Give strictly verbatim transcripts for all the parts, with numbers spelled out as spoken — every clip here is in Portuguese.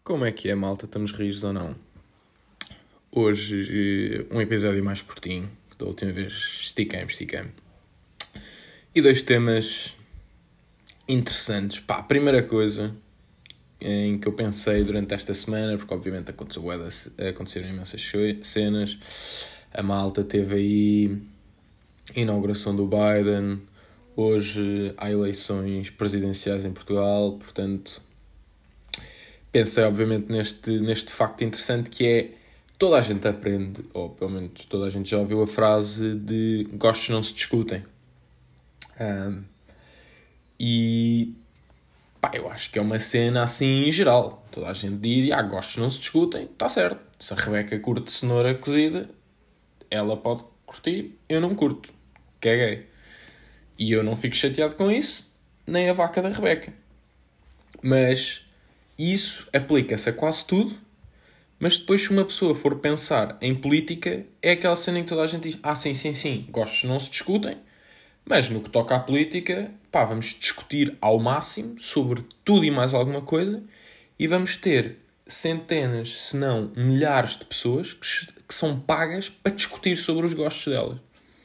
Como é que é, malta? Estamos rijos ou não? Hoje, um episódio mais curtinho, que da última vez estiquei-me, estiquei-me. E dois temas interessantes. Pá, a primeira coisa em que eu pensei durante esta semana, porque obviamente aconteceu, aconteceram imensas cenas, a malta teve aí a inauguração do Biden, hoje há eleições presidenciais em Portugal, portanto pensei obviamente neste, neste facto interessante que é toda a gente aprende, ou pelo menos toda a gente já ouviu a frase de gostos não se discutem. Um, e pá, eu acho que é uma cena assim em geral. Toda a gente diz, ah, gostos não se discutem, está certo. Se a Rebeca curte cenoura cozida, ela pode curtir, eu não curto. Caguei. E eu não fico chateado com isso, nem a vaca da Rebeca. Mas isso aplica-se a quase tudo, mas depois se uma pessoa for pensar em política, é aquela cena em que toda a gente diz, ah, sim, sim, sim, gostos não se discutem, mas no que toca à política, pá, vamos discutir ao máximo sobre tudo e mais alguma coisa e vamos ter centenas, se não milhares de pessoas que, que são pagas para discutir sobre os gostos delas.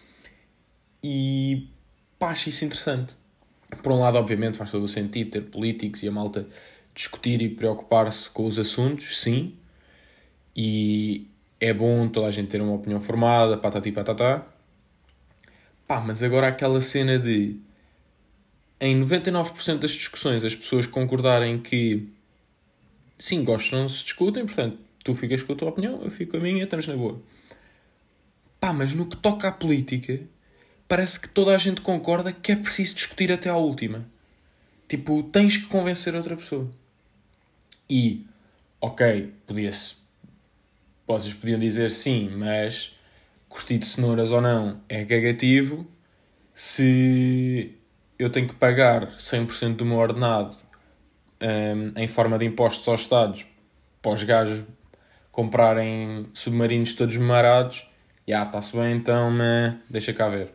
E pá, acho isso interessante. Por um lado, obviamente, faz todo o sentido ter políticos e a malta discutir e preocupar-se com os assuntos, sim. E é bom toda a gente ter uma opinião formada, patati patatá. Pá, mas agora aquela cena de em noventa e nove por cento das discussões as pessoas concordarem que sim, gostos não se discutem, portanto, tu ficas com a tua opinião, eu fico com a minha, estamos na boa. Pá, mas no que toca à política, parece que toda a gente concorda que é preciso discutir até à última. Tipo, tens que convencer outra pessoa. E, ok, podia-se... Vocês podiam dizer sim, mas curtir de cenouras ou não é cagativo. Se eu tenho que pagar cem por cento do meu ordenado um, em forma de impostos aos Estados para os gajos comprarem submarinos todos marados, já, está-se bem, então, mas deixa cá ver.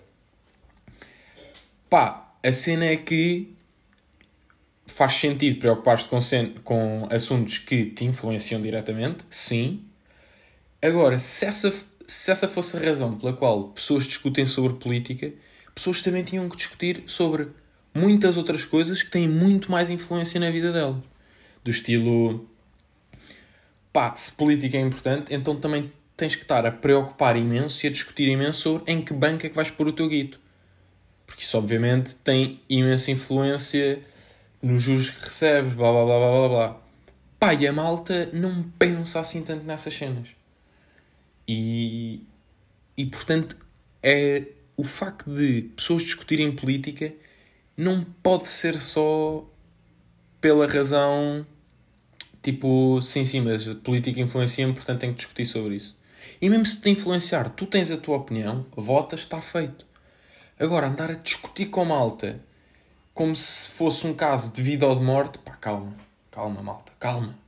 Pá, a cena é que faz sentido preocupar-te com, com assuntos que te influenciam diretamente, sim. Agora, se essa, se essa fosse a razão pela qual pessoas discutem sobre política, pessoas também tinham que discutir sobre muitas outras coisas que têm muito mais influência na vida delas. Do estilo, pá, se política é importante, então também tens que estar a preocupar imenso e a discutir imenso sobre em que banco é que vais pôr o teu guito. Porque isso, obviamente, tem imensa influência nos juros que recebes, blá, blá, blá, blá, blá, blá. Pá, e a malta não pensa assim tanto nessas cenas. E, e portanto, é, o facto de pessoas discutirem política não pode ser só pela razão, tipo, sim, sim, mas a política influencia-me, portanto tenho que discutir sobre isso. E mesmo se te influenciar, tu tens a tua opinião, votas, está feito. Agora, andar a discutir com a malta como se fosse um caso de vida ou de morte, pá, calma, calma, malta, calma.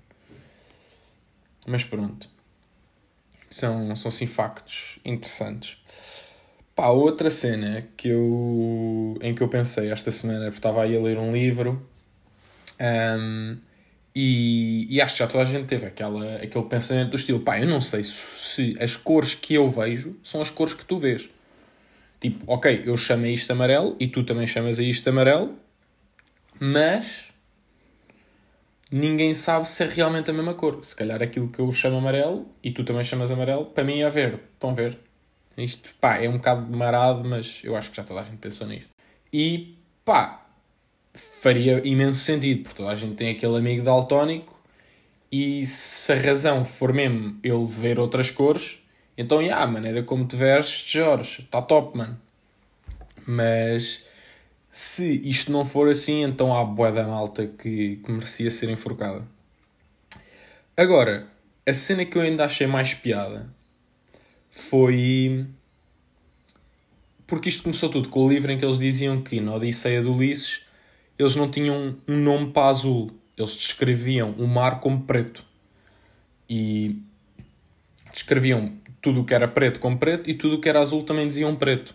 Mas pronto. São, são sim factos interessantes. Pá, outra cena que eu, em que eu pensei esta semana, porque estava aí a ler um livro um, e, e acho que já toda a gente teve aquela, aquele pensamento do estilo, pá, eu não sei se, se as cores que eu vejo são as cores que tu vês. Tipo, ok, eu chamo isto amarelo e tu também chamas a isto amarelo, mas ninguém sabe se é realmente a mesma cor. Se calhar aquilo que eu chamo amarelo e tu também chamas amarelo, para mim é verde. Estão a ver? Isto, pá, é um bocado marado, mas eu acho que já toda a gente pensou nisto. E, pá, faria imenso sentido, porque toda a gente tem aquele amigo daltónico e se a razão for mesmo ele ver outras cores, então, já, a maneira como te vestes, Jorge, está top, mano. Mas se isto não for assim, então há bué da malta que, que merecia ser enforcada. Agora, a cena que eu ainda achei mais piada foi... Porque isto começou tudo com o livro em que eles diziam que na Odisseia de Ulisses eles não tinham um nome para azul. Eles descreviam o mar como preto. E descreviam tudo o que era preto como preto e tudo o que era azul também diziam preto.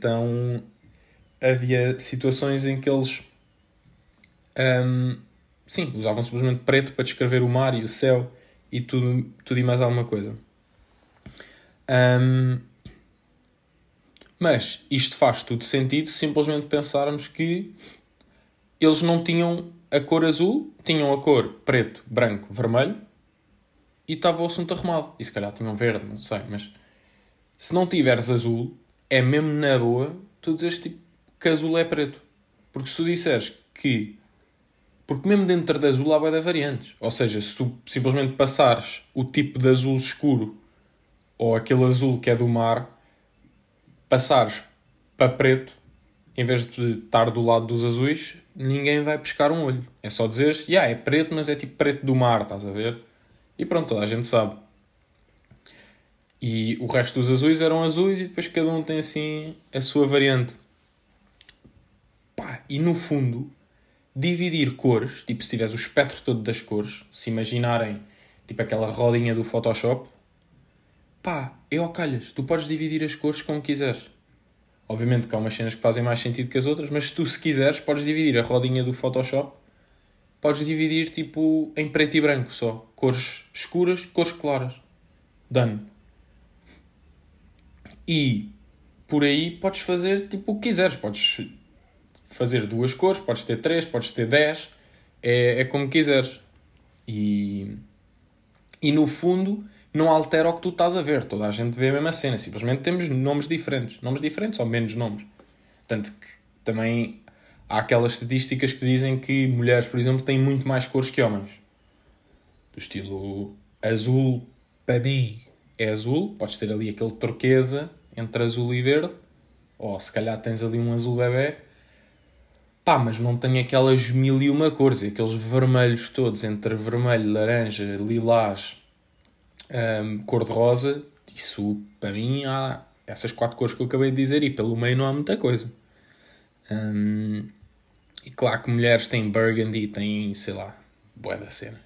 Então havia situações em que eles um, sim, usavam simplesmente preto para descrever o mar e o céu e tudo, tudo e mais alguma coisa. Um, mas isto faz tudo sentido se simplesmente pensarmos que eles não tinham a cor azul, tinham a cor preto, branco, vermelho e estava o assunto arrumado. E se calhar tinham verde, não sei, mas se não tiveres azul, é mesmo na boa tu dizes tipo, que azul é preto. Porque se tu disseres que... Porque mesmo dentro de azul há bué de variantes. Ou seja, se tu simplesmente passares o tipo de azul escuro ou aquele azul que é do mar, passares para preto, em vez de estar do lado dos azuis, ninguém vai pescar um olho. É só dizeres, yeah, é preto, mas é tipo preto do mar, estás a ver? E pronto, toda a gente sabe. E o resto dos azuis eram azuis e depois cada um tem assim a sua variante. Pá, e no fundo, dividir cores, tipo se tiveres o espectro todo das cores, se imaginarem tipo aquela rodinha do Photoshop, pá, é ao calhas, tu podes dividir as cores como quiseres. Obviamente que há umas cenas que fazem mais sentido que as outras, mas tu se quiseres podes dividir a rodinha do Photoshop, podes dividir tipo em preto e branco só. Cores escuras, cores claras. Done. E por aí podes fazer tipo o que quiseres. Podes fazer duas cores, podes ter três, podes ter dez. É, é como quiseres. E, e no fundo não altera o que tu estás a ver. Toda a gente vê a mesma cena. Simplesmente temos nomes diferentes. Nomes diferentes ou menos nomes. Tanto que também há aquelas estatísticas que dizem que mulheres, por exemplo, têm muito mais cores que homens. Do estilo azul, para mim, é azul. Podes ter ali aquele turquesa entre azul e verde. Ou se calhar tens ali um azul bebê. Pá, mas não tem aquelas mil e uma cores. Aqueles vermelhos todos entre vermelho, laranja, lilás, hum, cor-de-rosa. Isso, para mim, há essas quatro cores que eu acabei de dizer. E pelo meio não há muita coisa. Hum, e claro que mulheres têm burgundy, têm, sei lá, bué das cenas.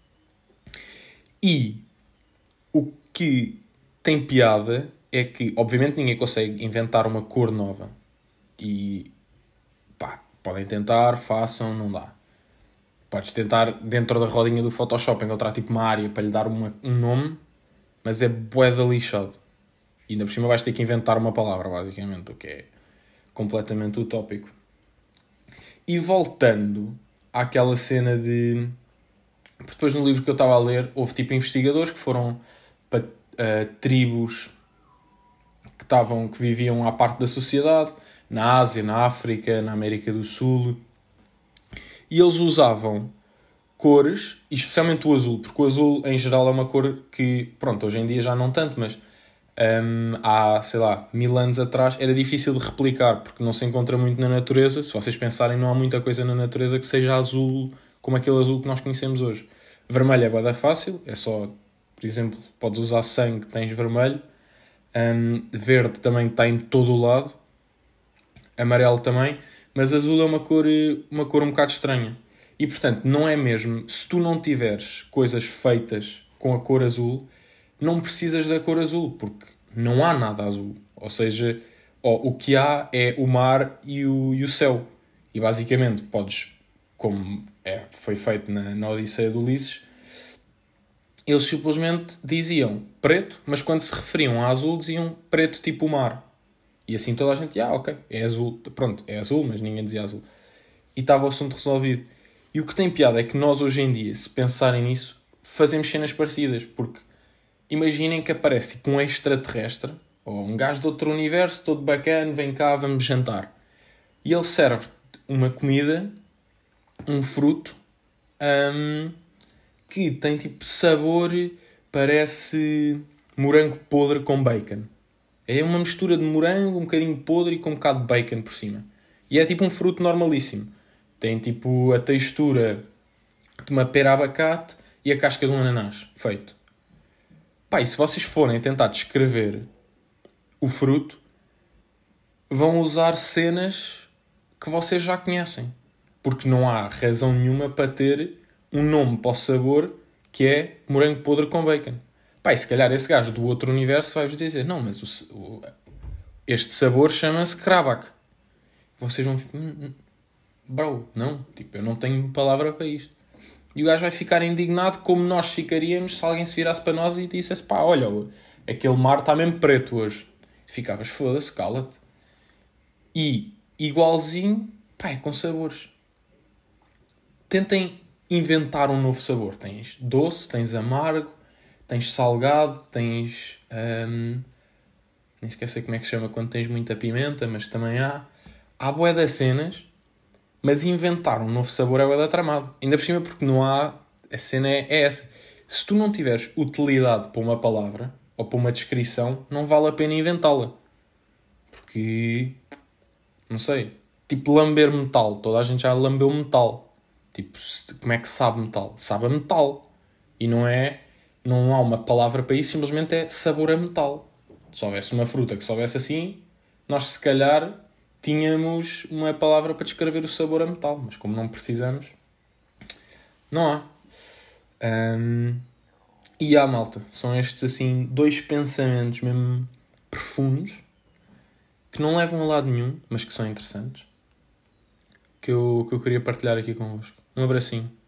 E o que tem piada é que, obviamente, ninguém consegue inventar uma cor nova. E, pá, podem tentar, façam, não dá. Podes tentar, dentro da rodinha do Photoshop, encontrar tipo uma área para lhe dar uma, um nome, mas é bué de lixado. E ainda por cima vais ter que inventar uma palavra, basicamente, o que é completamente utópico. E voltando àquela cena de... Porque depois no livro que eu estava a ler, houve tipo investigadores que foram para uh, tribos que, estavam, que viviam à parte da sociedade, na Ásia, na África, na América do Sul. E eles usavam cores, especialmente o azul, porque o azul em geral é uma cor que, pronto, hoje em dia já não tanto, mas um, há, sei lá, mil anos atrás era difícil de replicar, porque não se encontra muito na natureza. Se vocês pensarem, não há muita coisa na natureza que seja azul como aquele azul que nós conhecemos hoje. Vermelho é bada fácil, é só, por exemplo, podes usar sangue, tens vermelho. Um, verde também está em todo o lado. Amarelo também. Mas azul é uma cor, uma cor um bocado estranha. E, portanto, não é mesmo... Se tu não tiveres coisas feitas com a cor azul, não precisas da cor azul, porque não há nada azul. Ou seja, ó, o que há é o mar e o, e o céu. E, basicamente, podes... Como é, foi feito na, na Odisseia de Ulisses, eles simplesmente diziam preto, mas quando se referiam a azul, diziam preto tipo o mar. E assim toda a gente, ah, ok, é azul. Pronto, é azul, mas ninguém dizia azul. E estava o assunto resolvido. E o que tem piada é que nós hoje em dia, se pensarem nisso, fazemos cenas parecidas. Porque imaginem que aparece tipo um extraterrestre, ou um gajo de outro universo, todo bacana, vem cá, vamos jantar. E ele serve uma comida, um fruto, um, que tem tipo sabor, parece morango podre com bacon. É uma mistura de morango, um bocadinho podre e com um bocado de bacon por cima. E é tipo um fruto normalíssimo. Tem tipo a textura de uma pera abacate e a casca de um ananás. Feito. Pá, e se vocês forem tentar descrever o fruto, vão usar cenas que vocês já conhecem. Porque não há razão nenhuma para ter um nome para o sabor que é morango podre com bacon. Pá, e se calhar esse gajo do outro universo vai-vos dizer, não, mas o, o, este sabor chama-se Krabak. Vocês vão... Bro, não. Tipo, eu não tenho palavra para isto. E o gajo vai ficar indignado como nós ficaríamos se alguém se virasse para nós e dissesse, pá, olha, aquele mar está mesmo preto hoje. Ficavas, foda-se, cala-te. E, igualzinho, pá, é com sabores. Tentem inventar um novo sabor. Tens doce, tens amargo, tens salgado, tens... Hum, nem sequer sei como é que se chama quando tens muita pimenta, mas também há. Há bué das cenas, mas inventar um novo sabor é bué da tramado. Ainda por cima porque não há... A cena é, é essa. Se tu não tiveres utilidade para uma palavra ou para uma descrição, não vale a pena inventá-la. Porque... Não sei. Tipo lamber metal. Toda a gente já lambeu metal. Tipo, como é que sabe metal? Sabe a metal. E não é... Não há uma palavra para isso, simplesmente é sabor a metal. Se houvesse uma fruta que soubesse assim, nós se calhar tínhamos uma palavra para descrever o sabor a metal. Mas como não precisamos, não há. Um, e há, malta. São estes, assim, dois pensamentos mesmo profundos que não levam a lado nenhum, mas que são interessantes, que eu, que eu queria partilhar aqui convosco. Um abracinho.